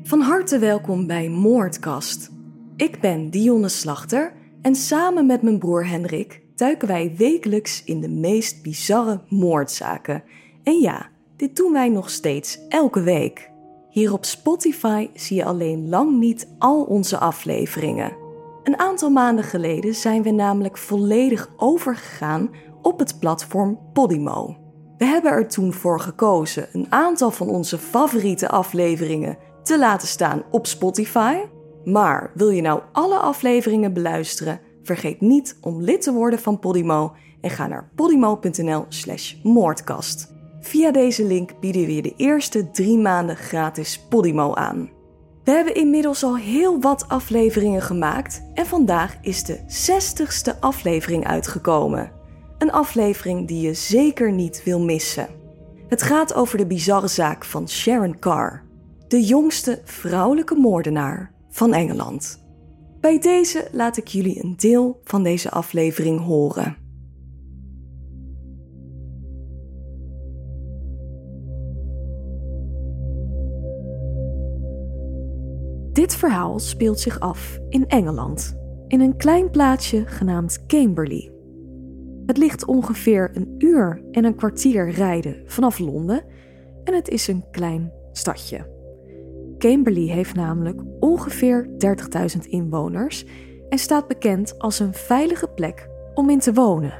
Van harte welkom bij Moordkast. Ik ben Dionne Slachter en samen met mijn broer Hendrik duiken wij wekelijks in de meest bizarre moordzaken. En ja, dit doen wij nog steeds elke week. Hier op Spotify zie je alleen lang niet al onze afleveringen. Een aantal maanden geleden zijn we namelijk volledig overgegaan op het platform Podimo. We hebben er toen voor gekozen een aantal van onze favoriete afleveringen te laten staan op Spotify. Maar wil je nou alle afleveringen beluisteren? Vergeet niet om lid te worden van Podimo en ga naar podimo.nl/moordkast. Via deze link bieden we je de eerste 3 maanden gratis Podimo aan. We hebben inmiddels al heel wat afleveringen gemaakt en vandaag is de 60ste aflevering uitgekomen. Een aflevering die je zeker niet wil missen. Het gaat over de bizarre zaak van Sharon Carr, de jongste vrouwelijke moordenaar van Engeland. Bij deze laat ik jullie een deel van deze aflevering horen. Dit verhaal speelt zich af in Engeland, in een klein plaatsje genaamd Camberley. Het ligt ongeveer 1 uur en een kwartier rijden vanaf Londen en het is een klein stadje. Camberley heeft namelijk ongeveer 30.000 inwoners en staat bekend als een veilige plek om in te wonen.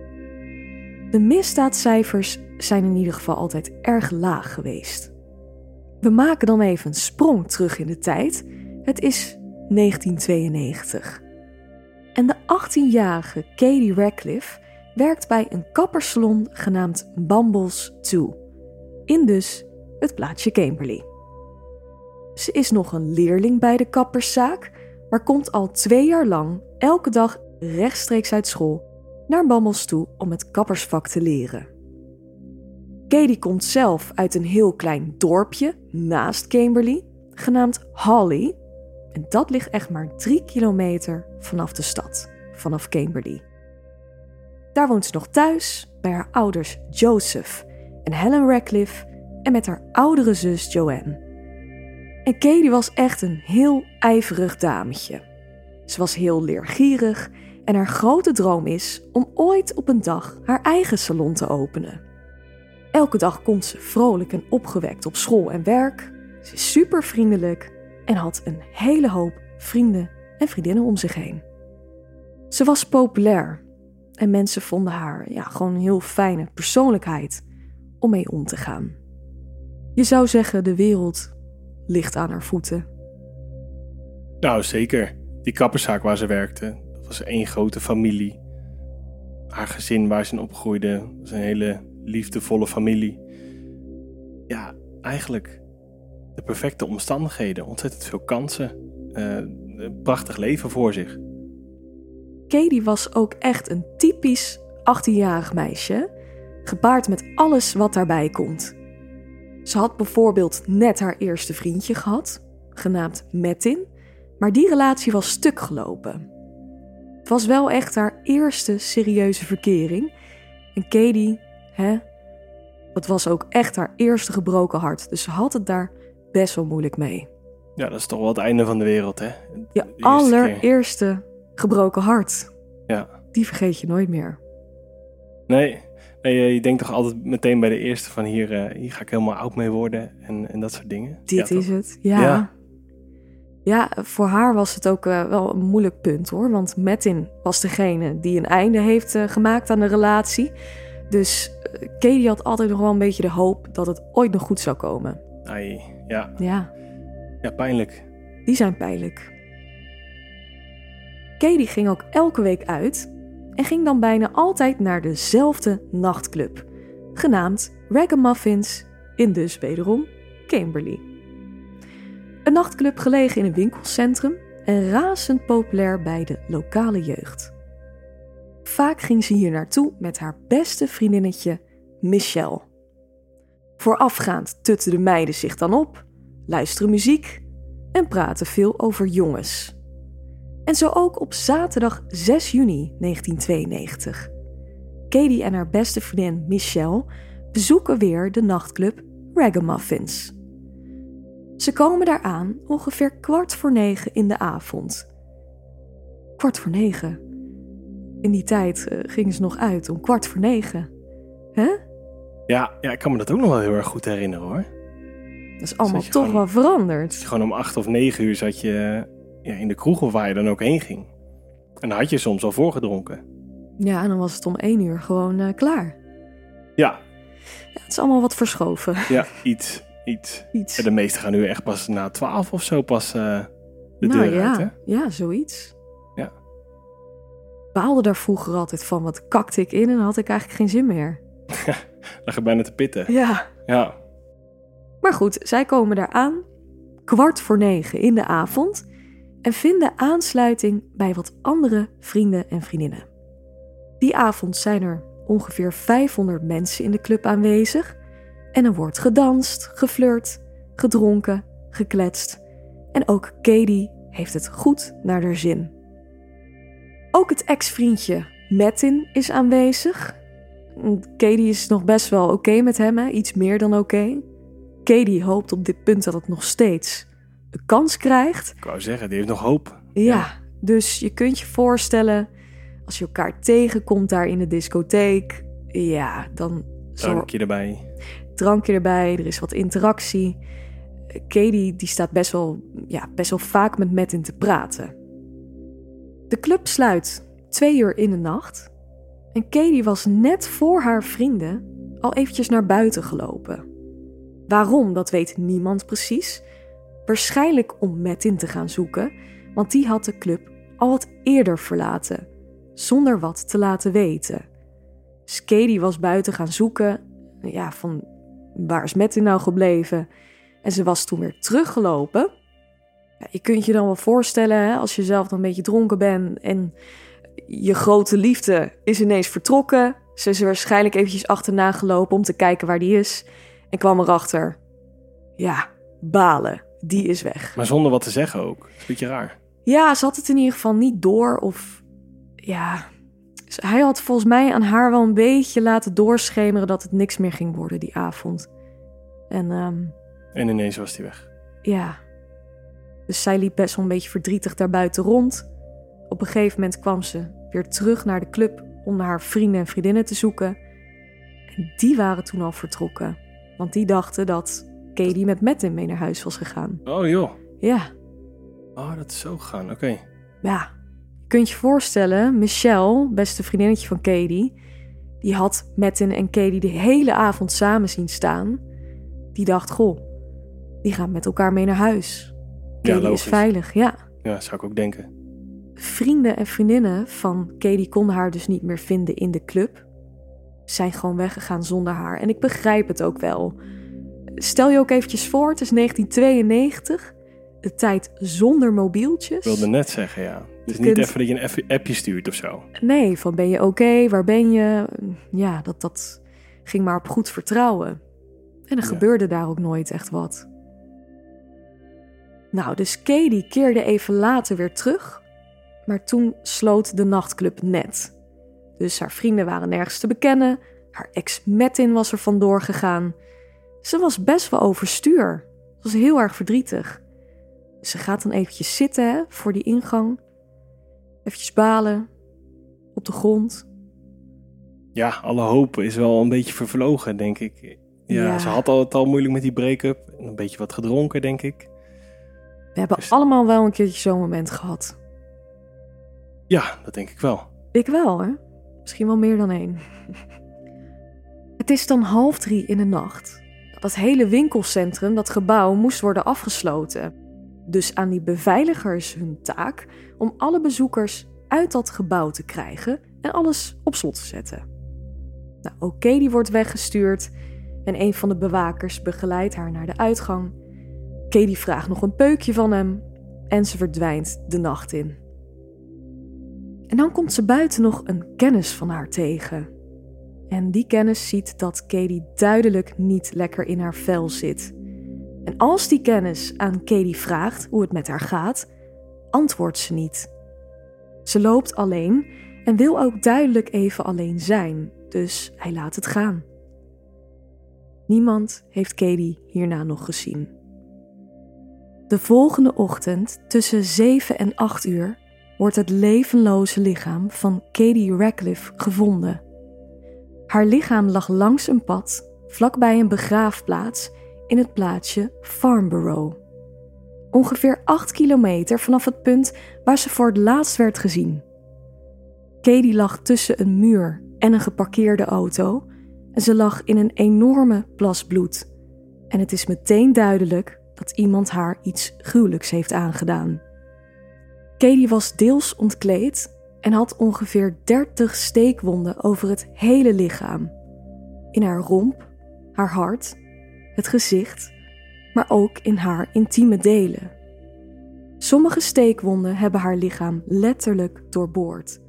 De misdaadcijfers zijn in ieder geval altijd erg laag geweest. We maken dan even een sprong terug in de tijd. Het is 1992. En de 18-jarige Katie Radcliffe werkt bij een kappersalon genaamd Bumbles 2, in dus het plaatsje Camberley. Ze is nog een leerling bij de kapperszaak, maar komt al 2 jaar lang elke dag rechtstreeks uit school naar Bumbles toe om het kappersvak te leren. Katie komt zelf uit een heel klein dorpje naast Camberley, genaamd Hawley. En dat ligt echt maar 3 kilometer vanaf de stad, vanaf Camberley. Daar woont ze nog thuis bij haar ouders Joseph en Helen Radcliffe en met haar oudere zus Joanne. En Katie was echt een heel ijverig dametje. Ze was heel leergierig en haar grote droom is om ooit op een dag haar eigen salon te openen. Elke dag komt ze vrolijk en opgewekt op school en werk. Ze is super vriendelijk en had een hele hoop vrienden en vriendinnen om zich heen. Ze was populair en mensen vonden haar gewoon een heel fijne persoonlijkheid om mee om te gaan. Je zou zeggen, de wereld ligt aan haar voeten. Nou, zeker. Die kapperszaak waar ze werkte, dat was 1 grote familie. Haar gezin waar ze in opgroeide, was een hele liefdevolle familie. Ja, eigenlijk de perfecte omstandigheden. Ontzettend veel kansen. Een prachtig leven voor zich. Katie was ook echt een typisch 18-jarig meisje, gepaard met alles wat daarbij komt. Ze had bijvoorbeeld net haar eerste vriendje gehad, genaamd Metin, maar die relatie was stuk gelopen. Het was wel echt haar eerste serieuze verkering en Katie, dat was ook echt haar eerste gebroken hart, dus ze had het daar best wel moeilijk mee. Ja, dat is toch wel het einde van de wereld, hè? Je allereerste gebroken hart. Ja. Die vergeet je nooit meer. Nee, je denkt toch altijd meteen bij de eerste van hier ga ik helemaal oud mee worden en dat soort dingen. Dit is het, ja. Ja, voor haar was het ook wel een moeilijk punt hoor. Want Metin was degene die een einde heeft gemaakt aan de relatie. Dus Katie had altijd nog wel een beetje de hoop dat het ooit nog goed zou komen. Ai, ja. Ja. Ja, pijnlijk. Die zijn pijnlijk. Katie ging ook elke week uit en ging dan bijna altijd naar dezelfde nachtclub, genaamd Ragamuffins in dus wederom Camberley. Een nachtclub gelegen in een winkelcentrum en razend populair bij de lokale jeugd. Vaak ging ze hier naartoe met haar beste vriendinnetje Michelle. Voorafgaand tutten de meiden zich dan op, luisteren muziek en praten veel over jongens. En zo ook op zaterdag 6 juni 1992. Katie en haar beste vriendin Michelle bezoeken weer de nachtclub Ragamuffins. Ze komen daar aan ongeveer 8:45 in de avond. 8:45. In die tijd gingen ze nog uit om 8:45. Hè? Ja, ik kan me dat ook nog wel heel erg goed herinneren hoor. Dat is allemaal je toch gewoon- wel veranderd. Dus gewoon om 8 of 9 uur zat je in de kroeg of waar je dan ook heen ging. En dan had je soms al voorgedronken. Ja, en dan was het om 1 uur gewoon klaar. Ja, Ja, het is allemaal wat verschoven. iets. Iets. En de meesten gaan nu echt pas na 12 of zo pas de Nou deur uit, hè? ja, zoiets. Ja. Ik baalde daar vroeger altijd van. Wat kakte ik in en dan had ik eigenlijk geen zin meer. Lag je bijna te pitten. Ja. Ja. Maar goed, zij komen daar aan. 8:45 in de avond. En vinden aansluiting bij wat andere vrienden en vriendinnen. Die avond zijn er ongeveer 500 mensen in de club aanwezig. En er wordt gedanst, geflirt, gedronken, gekletst. En ook Katie heeft het goed naar haar zin. Ook het ex-vriendje Metin is aanwezig. Katie is nog best wel oké met hem, hè? Iets meer dan oké. Katie hoopt op dit punt dat het nog steeds een kans krijgt. Ik wou zeggen, die heeft nog hoop. Ja, dus je kunt je voorstellen, als je elkaar tegenkomt daar in de discotheek, ja, dan Drankje erbij. drankje erbij, er is wat interactie. Katie die staat best wel vaak met Metin te praten. De club sluit 2 uur in de nacht en Katie was net voor haar vrienden al eventjes naar buiten gelopen. Waarom, dat weet niemand precies. Waarschijnlijk om Metin te gaan zoeken, want die had de club al wat eerder verlaten, zonder wat te laten weten. Dus Katie was buiten gaan zoeken, ja, van waar is Metin nou gebleven? En ze was toen weer teruggelopen. Ja, je kunt je dan wel voorstellen, hè, als je zelf dan een beetje dronken bent en je grote liefde is ineens vertrokken. Ze is er waarschijnlijk eventjes achterna gelopen om te kijken waar die is. En kwam erachter, ja, balen, die is weg. Maar zonder wat te zeggen ook. Dat is een beetje raar. Ja, ze had het in ieder geval niet door of ja, hij had volgens mij aan haar wel een beetje laten doorschemeren dat het niks meer ging worden die avond. En En ineens was hij weg. ja, dus zij liep best wel een beetje verdrietig daar buiten rond. Op een gegeven moment kwam ze weer terug naar de club om naar haar vrienden en vriendinnen te zoeken. En die waren toen al vertrokken, want die dachten dat Katie met Metin mee naar huis was gegaan. Oh joh. Ja, Oh, dat is zo gegaan. Oké. ja. Je kunt je voorstellen, Michelle, beste vriendinnetje van Katie, die had Metin en Katie de hele avond samen zien staan. Die dacht, goh, die gaan met elkaar mee naar huis. Katie is logisch. veilig, ja. Ja, zou ik ook denken. Vrienden en vriendinnen van Katie konden haar dus niet meer vinden in de club. Ze zijn gewoon weggegaan zonder haar. En ik begrijp het ook wel. Stel je ook eventjes voor, het is 1992. De tijd zonder mobieltjes. Ik wilde net zeggen, ja. Dus Je niet kunt- even dat je een appje stuurt of zo. Nee, van ben je oké, waar ben je? Ja, dat ging maar op goed vertrouwen. En er Ja. gebeurde daar ook nooit echt wat. Nou, dus Katie keerde even later weer terug. Maar toen sloot de nachtclub net. Dus haar vrienden waren nergens te bekennen. Haar ex Metin was er vandoor gegaan. Ze was best wel overstuur. Ze was heel erg verdrietig. Ze gaat dan eventjes zitten, hè, voor die ingang. Eventjes balen. Op de grond. Ja, alle hoop is wel een beetje vervlogen, denk ik. Ja, Ja. ze had het al moeilijk met die break-up. Een beetje wat gedronken, denk ik. We hebben Dus- allemaal wel een keertje zo'n moment gehad. Ja, dat denk ik wel. Ik wel, hè? Misschien wel meer dan 1. Het is dan 2:30 in de nacht. Dat hele winkelcentrum, dat gebouw, moest worden afgesloten. Dus aan die beveiligers hun taak om alle bezoekers uit dat gebouw te krijgen en alles op slot te zetten. Nou, oké, die wordt weggestuurd en een van de bewakers begeleidt haar naar de uitgang. Katie vraagt nog een peukje van hem en ze verdwijnt de nacht in. En dan komt ze buiten nog een kennis van haar tegen. En die kennis ziet dat Katie duidelijk niet lekker in haar vel zit. En als die kennis aan Katie vraagt hoe het met haar gaat, antwoordt ze niet. Ze loopt alleen en wil ook duidelijk even alleen zijn, dus hij laat het gaan. Niemand heeft Katie hierna nog gezien. De volgende ochtend, tussen 7 en 8 uur, wordt het levenloze lichaam van Katie Radcliffe gevonden. Haar lichaam lag langs een pad, vlakbij een begraafplaats in het plaatsje Farnborough. Ongeveer 8 kilometer vanaf het punt waar ze voor het laatst werd gezien. Katie lag tussen een muur en een geparkeerde auto en ze lag in een enorme plas bloed. En het is meteen duidelijk dat iemand haar iets gruwelijks heeft aangedaan. Katie was deels ontkleed en had ongeveer 30 steekwonden over het hele lichaam. In haar romp, haar hart, het gezicht, maar ook in haar intieme delen. Sommige steekwonden hebben haar lichaam letterlijk doorboord.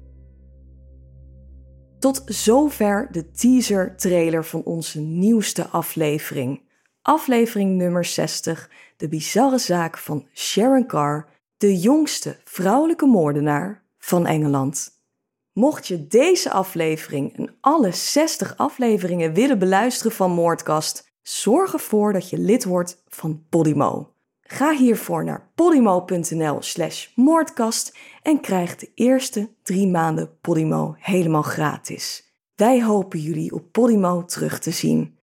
Tot zover de teaser-trailer van onze nieuwste aflevering. Aflevering nummer 60, de bizarre zaak van Sharon Carr, de jongste vrouwelijke moordenaar van Engeland. Mocht je deze aflevering en alle 60 afleveringen willen beluisteren van Moordkast, zorg ervoor dat je lid wordt van Podimo. Ga hiervoor naar podimo.nl/moordkast en krijg de eerste 3 maanden Podimo helemaal gratis. Wij hopen jullie op Podimo terug te zien.